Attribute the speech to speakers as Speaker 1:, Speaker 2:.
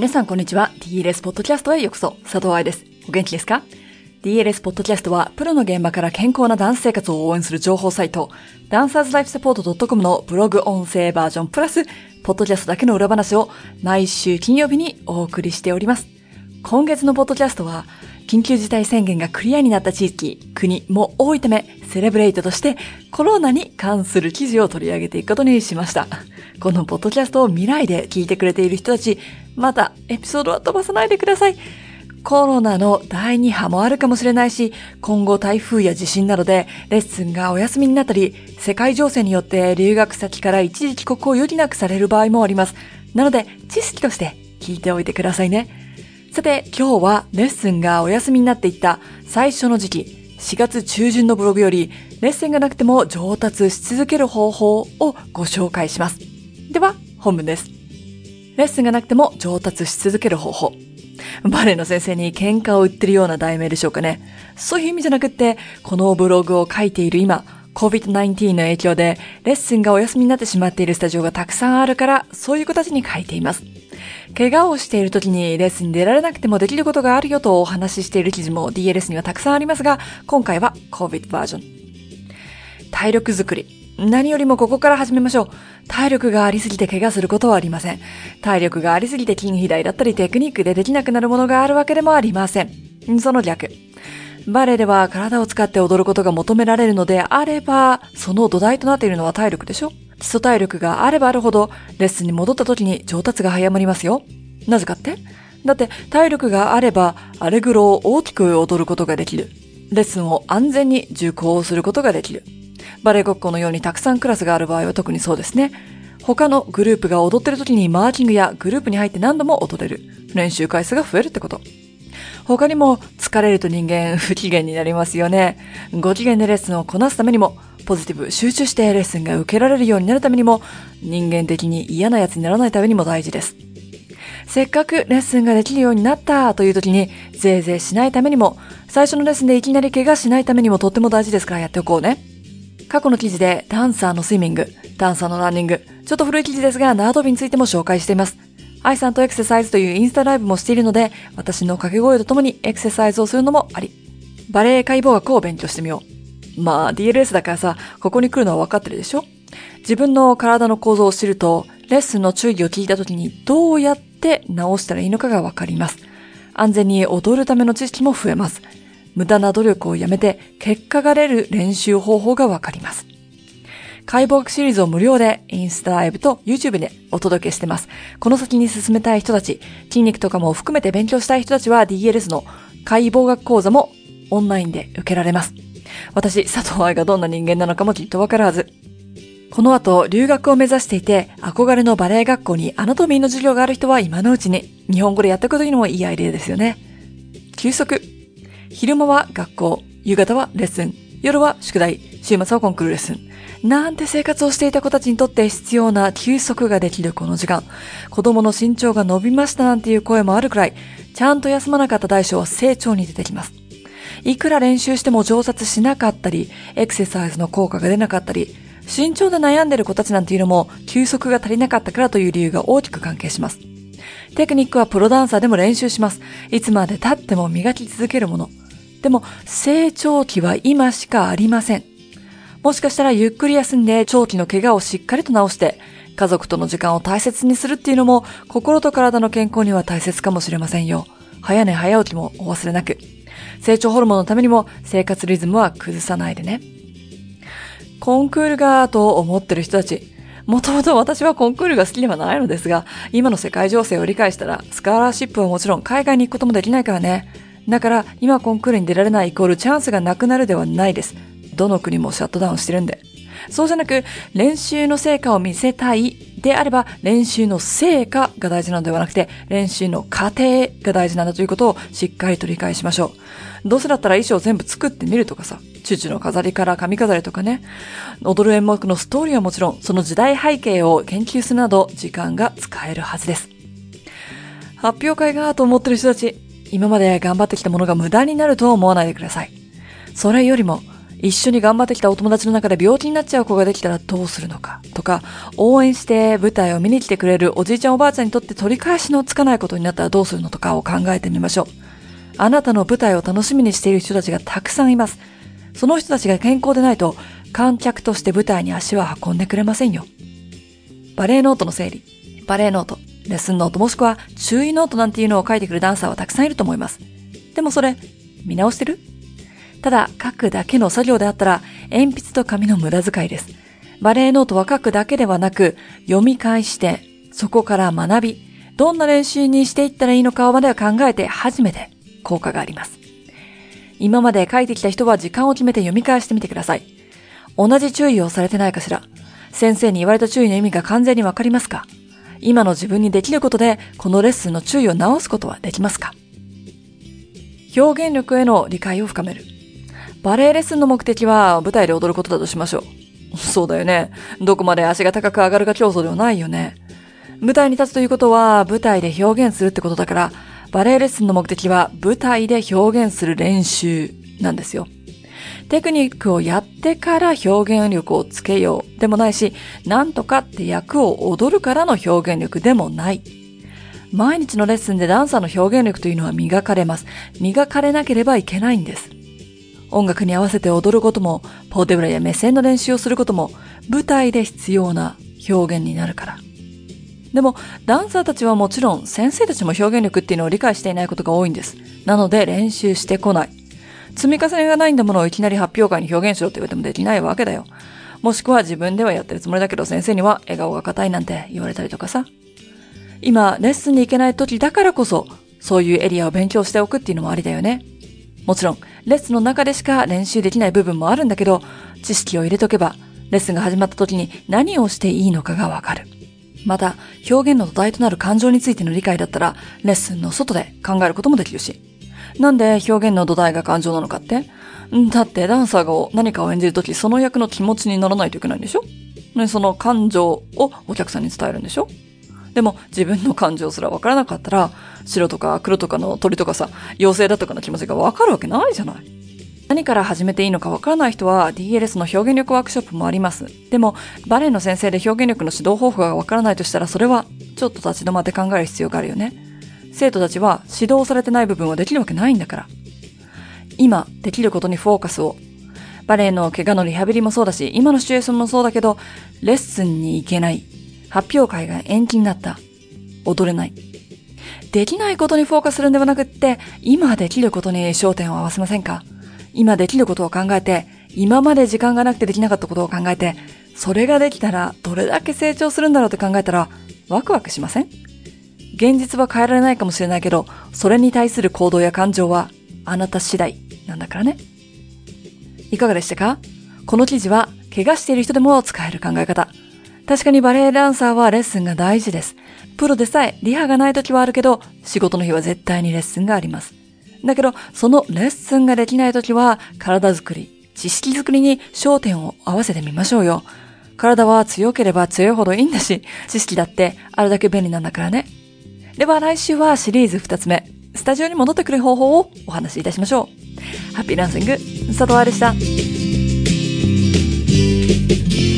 Speaker 1: 皆さんこんにちは。DLS ポッドキャストへようこそ。佐藤愛です。お元気ですか？ DLS ポッドキャストはプロの現場から健康なダンス生活を応援する情報サイト、ダンサーズライフサポート .com のブログ音声バージョンプラス、ポッドキャストだけの裏話を毎週金曜日にお送りしております。今月のポッドキャストは、緊急事態宣言がクリアになった地域、国も多いため、セレブレイトとしてコロナに関する記事を取り上げていくことにしました。このポッドキャストを未来で聞いてくれている人たち、またエピソードは飛ばさないでください。コロナの第2波もあるかもしれないし、今後台風や地震などでレッスンがお休みになったり、世界情勢によって留学先から一時帰国を余儀なくされる場合もあります。なので、知識として聞いておいてくださいね。さて、今日はレッスンがお休みになっていった最初の時期、4月中旬のブログより、レッスンがなくても上達し続ける方法をご紹介します。では、本文です。レッスンがなくても上達し続ける方法。バレエの先生に喧嘩を売ってるような題名でしょうかね。そういう意味じゃなくって、このブログを書いている今、COVID-19 の影響でレッスンがお休みになってしまっているスタジオがたくさんあるから、そういう子たちに書いています。怪我をしている時にレッスンに出られなくてもできることがあるよとお話ししている記事も DLS にはたくさんありますが、今回は COVID バージョン。体力づくり。何よりもここから始めましょう。体力がありすぎて怪我することはありません。体力がありすぎて筋肥大だったりテクニックでできなくなるものがあるわけでもありません。その逆。バレエでは体を使って踊ることが求められるのであれば、その土台となっているのは体力でしょ？基礎体力があればあるほど、レッスンに戻った時に上達が早まりますよ。なぜかって？だって体力があれば、アレグロを大きく踊ることができる。レッスンを安全に受講することができる。バレエごっこのようにたくさんクラスがある場合は特にそうですね。他のグループが踊ってる時にマーキングやグループに入って何度も踊れる。練習回数が増えるってこと。他にも疲れると人間不機嫌になりますよね。ご機嫌でレッスンをこなすためにも、ポジティブ集中してレッスンが受けられるようになるためにも、人間的に嫌なやつにならないためにも大事です。せっかくレッスンができるようになったという時にぜいぜいしないためにも、最初のレッスンでいきなり怪我しないためにもとっても大事ですからやっておこうね。過去の記事でダンサーのスイミング、ダンサーのランニング、ちょっと古い記事ですが縄跳びについても紹介しています。愛さんとエクササイズというインスタライブもしているので、私の掛け声とともにエクササイズをするのもあり。バレエ解剖学を勉強してみよう。まあ DLS だからさ、ここに来るのは分かってるでしょ？自分の体の構造を知ると、レッスンの注意を聞いた時にどうやって直したらいいのかが分かります。安全に踊るための知識も増えます。無駄な努力をやめて結果が出る練習方法が分かります。解剖学シリーズを無料でインスタライブと YouTube でお届けしてます。この先に進めたい人たち、筋肉とかも含めて勉強したい人たちは DLS の解剖学講座もオンラインで受けられます。私、佐藤愛がどんな人間なのかもきっとわかるはず。この後、留学を目指していて、憧れのバレエ学校にアナトミーの授業がある人は今のうちに、日本語でやっておくというのもいいアイデアですよね。休息。昼間は学校、夕方はレッスン、夜は宿題、週末はコンクールレッスン。なんて生活をしていた子たちにとって必要な休息ができるこの時間。子供の身長が伸びましたなんていう声もあるくらい、ちゃんと休まなかった大小は成長に出てきます。いくら練習しても上達しなかったり、エクササイズの効果が出なかったり、身長で悩んでる子たちなんていうのも休息が足りなかったからという理由が大きく関係します。テクニックはプロダンサーでも練習します。いつまで経っても磨き続けるもの。でも成長期は今しかありません。もしかしたらゆっくり休んで長期の怪我をしっかりと治して、家族との時間を大切にするっていうのも心と体の健康には大切かもしれませんよ。早寝早起きもお忘れなく。成長ホルモンのためにも生活リズムは崩さないでね。コンクールがと思ってる人たち。もともと私はコンクールが好きではないのですが、今の世界情勢を理解したら、スカラーシップはもちろん海外に行くこともできないからね。だから今コンクールに出られないイコールチャンスがなくなるではないです。どの国もシャットダウンしてるんで。そうじゃなく、練習の成果を見せたいであれば、練習の成果が大事なのではなくて、練習の過程が大事なんだということをしっかりと理解しましょう。どうせだったら衣装を全部作ってみるとかさ、チュチュの飾りから髪飾りとかね、踊る演目のストーリーはもちろん、その時代背景を研究するなど、時間が使えるはずです。発表会がと思ってる人たち、今まで頑張ってきたものが無駄になるとは思わないでください。それよりも、 一緒に頑張ってきたお友達の中で病気になっちゃう子ができたらどうするのかとか、応援して舞台を見に来てくれるおじいちゃんおばあちゃんにとって取り返しのつかないことになったらどうするのとかを考えてみましょう。あなたの舞台を楽しみにしている人たちがたくさんいます。その人たちが健康でないと観客として舞台に足は運んでくれませんよ。バレエノートの整理、バレエノート、レッスンノートもしくは注意ノートなんていうのを書いてくるダンサーはたくさんいると思います。でもそれ、見直してる？ただ書くだけの作業であったら鉛筆と紙の無駄遣いです。バレエノートは書くだけではなく読み返してそこから学び、どんな練習にしていったらいいのかまで考えて初めて効果があります。今まで書いてきた人は時間を決めて読み返してみてください。同じ注意をされてないかしら？先生に言われた注意の意味が完全にわかりますか？今の自分にできることでこのレッスンの注意を直すことはできますか？表現力への理解を深める。バレエレッスンの目的は舞台で踊ることだとしましょう。そうだよね。どこまで足が高く上がるか競争ではないよね。舞台に立つということは舞台で表現するってことだから、バレエレッスンの目的は舞台で表現する練習なんですよ。テクニックをやってから表現力をつけようでもないし、なんとかって役を踊るからの表現力でもない。毎日のレッスンでダンサーの表現力というのは磨かれます。磨かれなければいけないんです。音楽に合わせて踊ることも、ポーテブラや目線の練習をすることも、舞台で必要な表現になるから。でも、ダンサーたちはもちろん、先生たちも表現力っていうのを理解していないことが多いんです。なので、練習してこない。積み重ねがないんだものをいきなり発表会に表現しろって言われてもできないわけだよ。もしくは自分ではやってるつもりだけど、先生には笑顔が硬いなんて言われたりとかさ。今、レッスンに行けない時だからこそ、そういうエリアを勉強しておくっていうのもありだよね。もちろん、レッスンの中でしか練習できない部分もあるんだけど、知識を入れとけば、レッスンが始まった時に何をしていいのかがわかる。また、表現の土台となる感情についての理解だったら、レッスンの外で考えることもできるし。なんで表現の土台が感情なのかって？だってダンサーが何かを演じるとき、その役の気持ちにならないといけないんでしょ？ね、その感情をお客さんに伝えるんでしょ？でも自分の感情すらわからなかったら、白とか黒とかの鳥とかさ、妖精だとかの気持ちがわかるわけないじゃない。何から始めていいのかわからない人は DLS の表現力ワークショップもあります。でもバレエの先生で表現力の指導方法がわからないとしたら、それはちょっと立ち止まって考える必要があるよね。生徒たちは指導されてない部分はできるわけないんだから。今できることにフォーカスを。バレエの怪我のリハビリもそうだし、今のシチュエーションもそうだけど、レッスンに行けない。発表会が延期になった。踊れない。できないことにフォーカスするんではなくって、今できることに焦点を合わせませんか？今できることを考えて、今まで時間がなくてできなかったことを考えて、それができたらどれだけ成長するんだろうって考えたら、ワクワクしません？現実は変えられないかもしれないけど、それに対する行動や感情はあなた次第なんだからね。いかがでしたか？この記事は怪我している人でも使える考え方。確かにバレエダンサーはレッスンが大事です。プロでさえリハがない時はあるけど、仕事の日は絶対にレッスンがあります。だけど、そのレッスンができない時は、体作り、知識作りに焦点を合わせてみましょうよ。体は強ければ強いほどいいんだし、知識だってあるだけ便利なんだからね。では来週はシリーズ2つ目、スタジオに戻ってくる方法をお話しいたしましょう。ハッピーダンシング、佐藤愛でした。